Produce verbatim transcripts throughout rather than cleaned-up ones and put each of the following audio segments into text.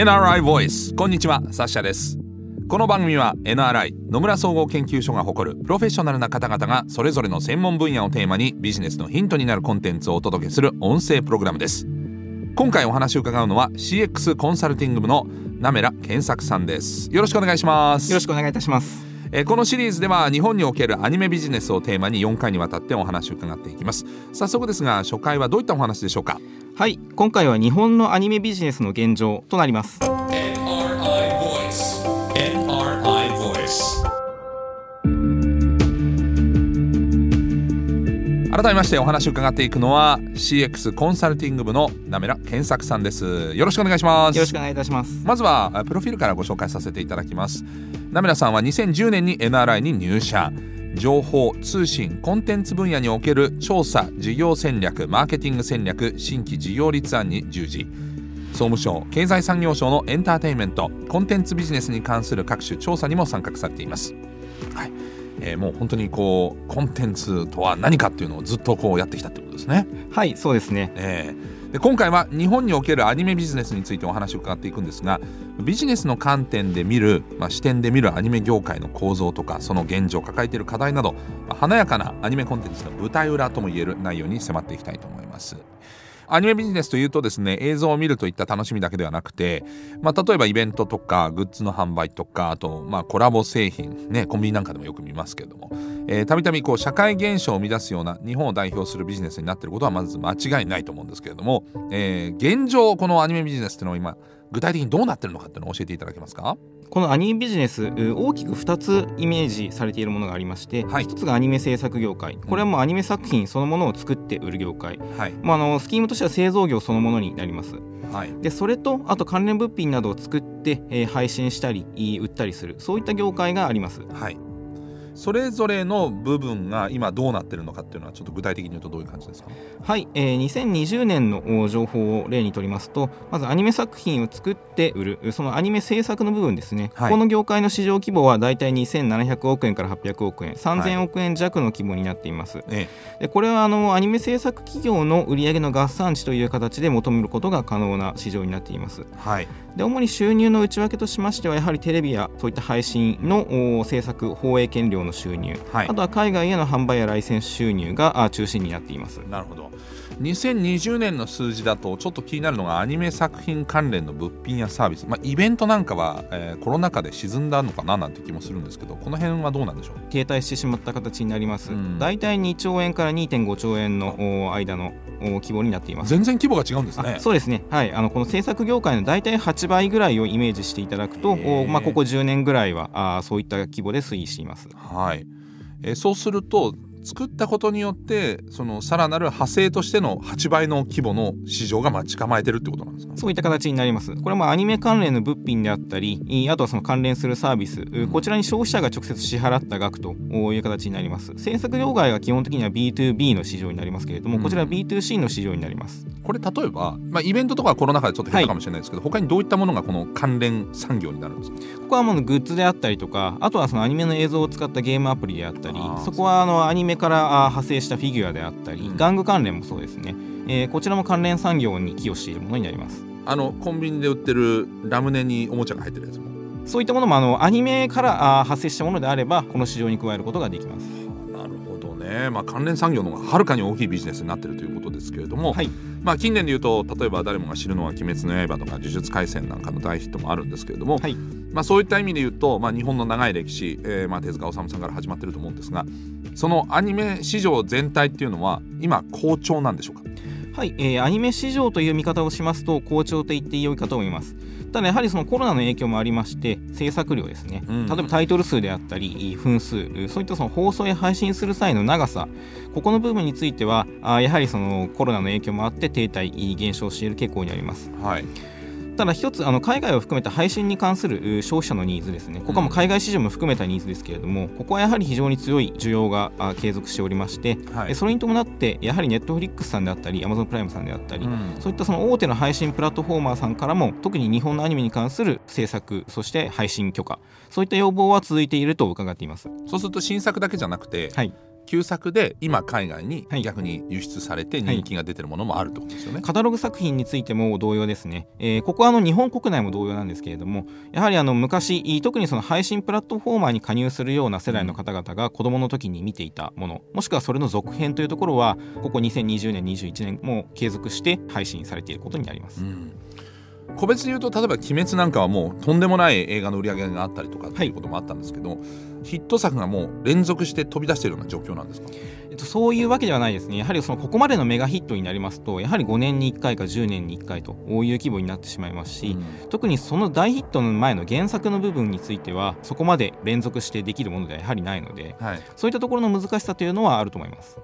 エヌアールアイ Voice。 こんにちは、サッシャです。この番組は エヌアールアイ 野村総合研究所が誇るプロフェッショナルな方々がそれぞれの専門分野をテーマにビジネスのヒントになるコンテンツをお届けする音声プログラムです。今回お話を伺うのは シーエックス コンサルティング部のなめらけんさくさんです。よろしくお願いします。 よろしくお願いいたします。 えー、このシリーズでは日本におけるアニメビジネスをテーマによんかいにわたってお話を伺っていきます。早速ですが、初回はどういったお話でしょうか？ はい、今回は日本のアニメビジネスの現状となります。 エヌアールアイ Voice。 エヌアールアイ Voice。 改めましてお話を伺っていくのは シーエックス コンサルティング部のなめらけんさくさんです。よろしくお願いします。 よろしくお願いいたします。 まずはプロフィールからご紹介させていただきます。なめらさんはにせんじゅうねんに エヌアールアイ に入社。情報通信コンテンツ分野における調査事業戦略マーケティング戦略新規事業立案に従事。総務省経済産業省のエンターテインメントコンテンツビジネスに関する各種調査にも参画されています。はい、えー、もう本当にこうコンテンツとは何かっていうのをずっとこうやってきたってことですね。 はい、そうですね。 えーで今回は日本におけるアニメビジネスについてお話を伺っていくんですが、ビジネスの観点で見る、まあ、視点で見るアニメ業界の構造とかその現状抱えている課題など、まあ、華やかなアニメコンテンツの舞台裏ともいえる内容に迫っていきたいと思います。アニメビジネスというとですね、映像を見るといった楽しみだけではなくて、まあ、例えばイベントとかグッズの販売とか、あとまあコラボ製品ね、コンビニなんかでもよく見ますけれども、えー、たびたびこう社会現象を生み出すような日本を代表するビジネスになっていることはまず間違いないと思うんですけれども、えー、現状このアニメビジネスっていうのは今具体的にどうなっているのかっていうのを教えていただけますか？ このアニメビジネス、大きくふたつイメージされているものがありまして、はい、ひとつがアニメ制作業界。これはもうアニメ作品そのものを作って売る業界、はい、まあ、あのスキームとしては製造業そのものになります。はい、でそれとあと関連物品などを作って、えー、配信したり売ったりする、そういった業界があります。はい、 それぞれの部分が今どうなってるのかっていうのはちょっと具体的に言うとどういう感じですか？ はい、えー、にせんにじゅうねんの情報を例にとりますと、まずアニメ作品を作って売る、そのアニメ制作の部分ですね、はい、この業界の市場規模はだいたいにせんななひゃくおくえんからはっぴゃくおくえん、さんぜんおくえん弱の規模になっています。はい、でこれはあのアニメ制作企業の売上の合算値という形で求めることが可能な市場になっています。はい、で主に収入の内訳としましては、やはりテレビやそういった配信の制作放映権料の収入、はい、あとは海外への販売やライセンス収入が中心になっています。 なるほど。にせんにじゅうねんの数字だとちょっと気になるのがアニメ作品関連の物品やサービス、まあ、イベントなんかは、えー、コロナ禍で沈んだのかななんて気もするんですけど、この辺はどうなんでしょう？ 停滞してしまった形になります。だいたいにちょうえんから にてんごちょうえんの間の規模になっています。 全然規模が違うんですね。 そうですね、はい、あのこの制作業界のだいたいはちばいぐらいをイメージしていただくと、まあ、ここじゅうねんぐらいはあそういった規模で推移しています。 はい、えー、そうすると作ったことによってそのさらなる派生としてのはちばいの規模の市場が待ち構えてるってことなんですか？ そういった形になります。これはアニメ関連の物品であったり、あとはその関連するサービス、こちらに消費者が直接支払った額という形になります。制作業界は基本的には ビーツービー の市場になりますけれども、こちらは ビーツーシー の市場になります。 これ例えば、まあ、イベントとかはコロナ禍でちょっと減ったかもしれないですけど、はい、他にどういったものがこの関連産業になるんですか？ ここはもうグッズであったりとか、あとはそのアニメの映像を使ったゲームアプリであったり、そこはあのアニメから派生したフィギュアであったり、うん、玩具関連もそうですね、えー、こちらも関連産業に寄与しているものになります。 あのコンビニで売ってるラムネにおもちゃが入ってるやつも、 そういったものもあのアニメからあ派生したものであればこの市場に加えることができます。 なるほどね、まあ、関連産業の方がはるかに大きいビジネスになっているということですけれども、はい、まあ、近年でいうと例えば誰もが知るのは鬼滅の刃とか呪術廻戦なんかの大ヒットもあるんですけれども、はい、まあ、そういった意味でいうと、まあ、日本の長い歴史、えーまあ、手塚治虫さんから始まっていると思うんですが、そのアニメ市場全体っていうのは今好調なんでしょうか？ はい、えー、アニメ市場という見方をしますと好調と言って良いかと思います。ただやはりそのコロナの影響もありまして、制作量ですね、うん、例えばタイトル数であったり分数、そういったその放送や配信する際の長さ、ここの部分についてはあやはりそのコロナの影響もあって停滞減少している傾向にあります。はい、ただ一つあの海外を含めた配信に関する消費者のニーズですね、ここはもう海外市場も含めたニーズですけれども、ここはやはり非常に強い需要が継続しておりまして、はい、それに伴ってやはりネットフリックスさんであったり Amazon プライムさんであったり、うん、そういったその大手の配信プラットフォーマーさんからも特に日本のアニメに関する制作、そして配信許可、そういった要望は続いていると伺っています。 そうすると新作だけじゃなくて、はい、 旧作で今海外に逆に輸出されて人気が出てるものもあるってことですよね、はい、 カタログ作品についても同様ですね、えー、ここはあの日本国内も同様なんですけれども、やはりあの昔特にその配信プラットフォーマーに加入するような世代の方々が子どもの時に見ていたもの、もしくはそれの続編というところはここにせんにじゅうねんにじゅういちねんも継続して配信されていることになります、うん、 個別で言うと例えば鬼滅なんかはもうとんでもない映画の売り上げがあったりとかっていうこともあったんですけど、はい、ヒット作がもう連続して飛び出しているような状況なんですか？ えっと、そういうわけではないですね。やはりそのここまでのメガヒットになりますと、やはりごねんにいっかいかじゅうねんにいっかいという規模になってしまいますし、うん、特にその大ヒットの前の原作の部分についてはそこまで連続してできるものではやはりないので、はい、そういったところの難しさというのはあると思います。 うん、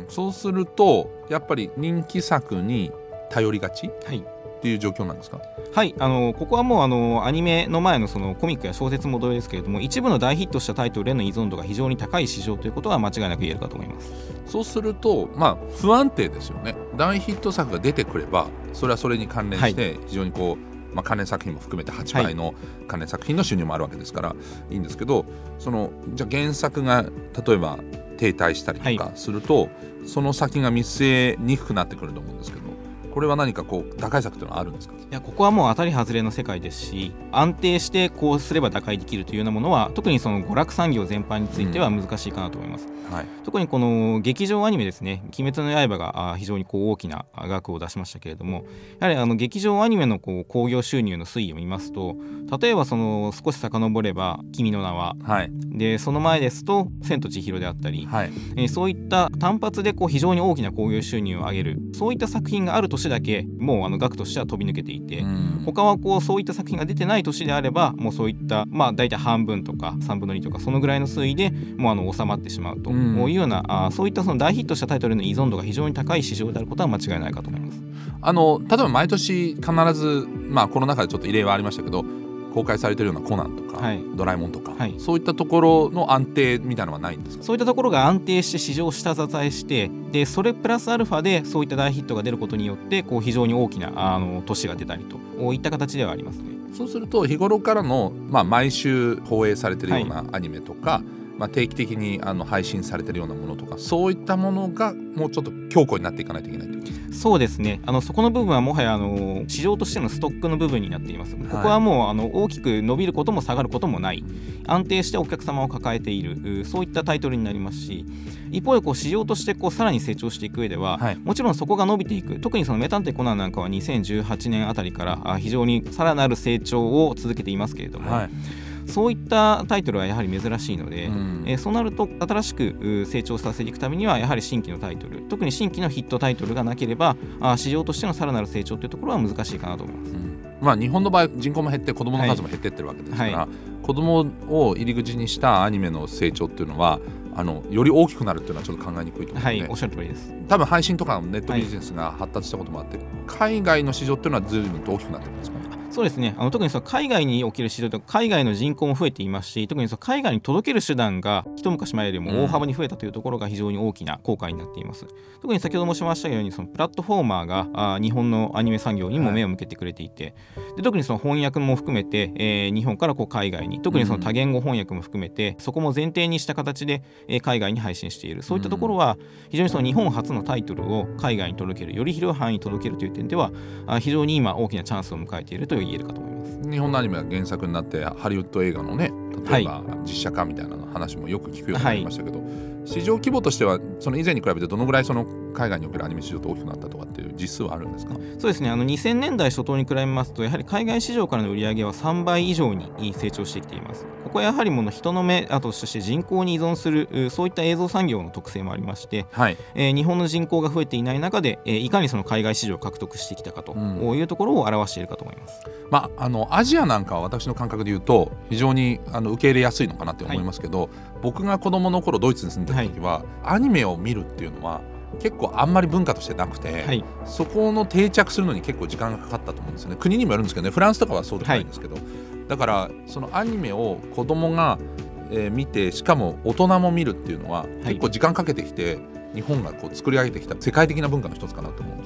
そうするとやっぱり人気作に頼りがち、はい、っていう状況なんですか？ はい、あのここはもうあのアニメの前のそのコミックや小説も同様ですけれども、一部の大ヒットしたタイトルへの依存度が非常に高い市場ということは間違いなく言えるかと思います。 そうすると、まあ、不安定ですよね。大ヒット作が出てくればそれはそれに関連して非常にこう、はい、まあ、関連作品も含めてはちばいの関連作品の収入もあるわけですからいいんですけど、そのじゃあ原作が例えば停滞したりとかすると、はい、その先が見据えにくくなってくると思うんですけど、これは何かこう打開策というのはあるんですか？ いや、ここはもう当たり外れの世界ですし、安定してこうすれば打開できるというようなものは特にその娯楽産業全般については難しいかなと思います、うん、はい、特にこの劇場アニメですね、鬼滅の刃が非常にこう大きな額を出しましたけれども、やはりあの劇場アニメのこう興行収入の推移を見ますと、例えばその少し遡れば君の名は、はい、でその前ですと千と千尋であったり、はい、えー、そういった単発でこう非常に大きな興行収入を上げる、そういった作品がある年だけもうあの額としては飛び抜けていて、うん、他はこうそういった作品が出てない年であればもうそういったまあ大体半分とかさんぶんのにとかそのぐらいの推移でもうあの収まってしまうというような、うん、あそういったその大ヒットしたタイトルの依存度が非常に高い市場であることは間違いないかと思います。 あの例えば毎年必ず、まあ、コロナ禍でちょっと異例はありましたけど公開されているようなコナンとか、はい、ドラえもんとか、はい、そういったところの安定みたいなのはないんですか？ そういったところが安定して市場を下支えして、でそれプラスアルファでそういった大ヒットが出ることによってこう非常に大きなあの年が出たりといった形ではありますね。 そうすると日頃からの、まあ、毎週放映されているようなアニメとか、はい、まあ、定期的にあの配信されているようなものとか、そういったものがもうちょっと強固になっていかないといけないということですか？ そうですね、あのそこの部分はもはやあの市場としてのストックの部分になっています。ここはもうあの大きく伸びることも下がることもない、安定してお客様を抱えている、そういったタイトルになりますし、一方でこう市場としてこうさらに成長していく上では、はい、もちろんそこが伸びていく、特にそのメタンテコナンなんかはにせんじゅうはちねんあたりから非常にさらなる成長を続けていますけれども、はい、そういったタイトルはやはり珍しいので、うん、えー、そうなると新しく成長させていくためにはやはり新規のタイトル、特に新規のヒットタイトルがなければあ市場としてのさらなる成長というところは難しいかなと思います、うん、まあ、日本の場合人口も減って子どもの数も減っていってるわけですから、はいはい、子どもを入り口にしたアニメの成長っていうのはあのより大きくなるっていうのはちょっと考えにくいと思うので、 はい、おっしゃる通りです。 多分配信とかネットビジネスが発達したこともあって、はい、海外の市場っていうのは随分と大きくなってるんですかね？ そうですね、あの特にその海外における市場と海外の人口も増えていますし、特にその海外に届ける手段が一昔前よりも大幅に増えたというところが非常に大きな効果になっています、うん、特に先ほど申しましたようにそのプラットフォーマーがあ日本のアニメ産業にも目を向けてくれていて、はい、で特にその翻訳も含めて、えー、日本からこう海外に、特にその多言語翻訳も含めて、うん、そこも前提にした形で、えー、海外に配信している、そういったところは非常にその日本初のタイトルを海外に届ける、より広い範囲に届けるという点ではあ非常に今大きなチャンスを迎えていると言えるかと思います。 日本のアニメが原作になってハリウッド映画のね、例えば実写化みたいな話もよく聞くようになりましたけど、はい、市場規模としてはその以前に比べてどのぐらいその海外におけるアニメ市場って大きくなったとかっていう実数はあるんですか？ そうですね、あのにせんねんだい初頭に比べますとやはり海外市場からの売り上げはさんばい以上に成長してきています。ここはやはりもの人の目あとそして人口に依存するそういった映像産業の特性もありまして、はい、えー、日本の人口が増えていない中で、えー、いかにその海外市場を獲得してきたかというところを表しているかと思います、 うん、まあ、あのアジアなんかは私の感覚で言うと非常にあの受け入れやすいのかなって思いますけど、はい、僕が子供の頃ドイツに住んでた時は、はい、アニメを見るっていうのは結構あんまり文化としてなくて、はい、そこの定着するのに結構時間がかかったと思うんですよね。国にもよるんですけどね、フランスとかはそうでもないんですけど、はい、だからそのアニメを子供が、えー、見て、しかも大人も見るっていうのは、はい、結構時間かけてきて日本がこう作り上げてきた世界的な文化の一つかなと思うんですけど、ね、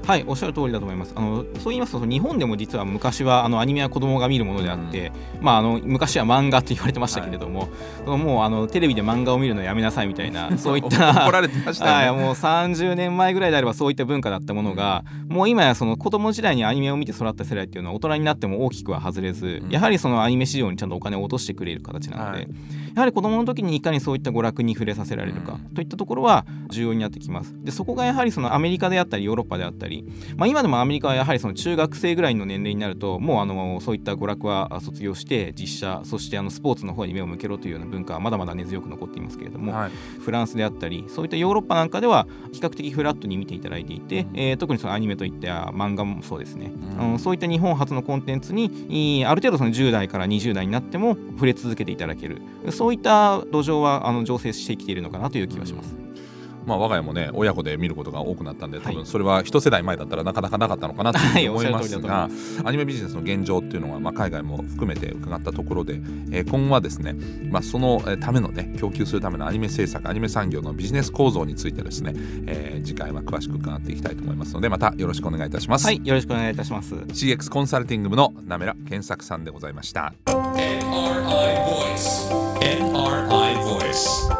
はい、おっしゃる通りだと思います。あのそう言いますと、日本でも実は昔はあのアニメは子供が見るものであって、うん、まあ、あの昔は漫画と言われてましたけれども、はい、もうあのテレビで漫画を見るのやめなさいみたいなそういった怒られてましたよね。 はい、もうさんじゅうねんまえぐらいであればそういった文化だったものが、うん、もう今やその子供時代にアニメを見て育った世代っていうのは大人になっても大きくは外れず、うん、やはりそのアニメ市場にちゃんとお金を落としてくれる形なので、はい、やはり子供の時にいかにそういった娯楽に触れさせられるか、うん、といったところは重要になってきます。でそこがやはりそのアメリカであったりヨーロッパであったり、まあ、今でもアメリカはやはりその中学生ぐらいの年齢になるともうあのそういった娯楽は卒業して実写、そしてあのスポーツの方に目を向けろというような文化はまだまだ根強く残っていますけれども、はい、フランスであったりそういったヨーロッパなんかでは比較的フラットに見ていただいていて、うん、えー、特にそのアニメといった漫画もそうですね、うん、あのそういった日本初のコンテンツにある程度そのじゅう代からにじゅう代になっても触れ続けていただける、そういった土壌はあの醸成してきているのかなという気がします。 うん、まあ、我が家もね親子で見ることが多くなったんで、多分それは一世代前だったらなかなかなかったのかなと思いますが、はい、アニメビジネスの現状っていうのは、まあ、海外も含めて伺ったところで、えー、今後はですね、まあ、そのためのね供給するためのアニメ制作アニメ産業のビジネス構造についてですね、えー、次回は詳しく伺っていきたいと思いますので、またよろしくお願いいたします。 はい、よろしくお願いいたします。 シーエックス コンサルティング部のなめら健作さんでございました。 エヌアールアイ Voice エヌアールアイ Voice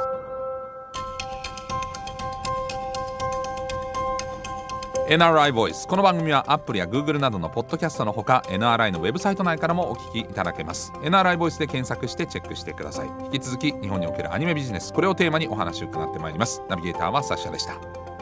エヌアールアイ Voice、 この番組は Apple や Google などのポッドキャストのほか エヌアールアイ のウェブサイト内からもお聞きいただけます。 エヌアールアイ Voice で検索してチェックしてください。引き続き日本におけるアニメビジネス、これをテーマにお話を伺ってまいります。ナビゲーターはサッシャでした。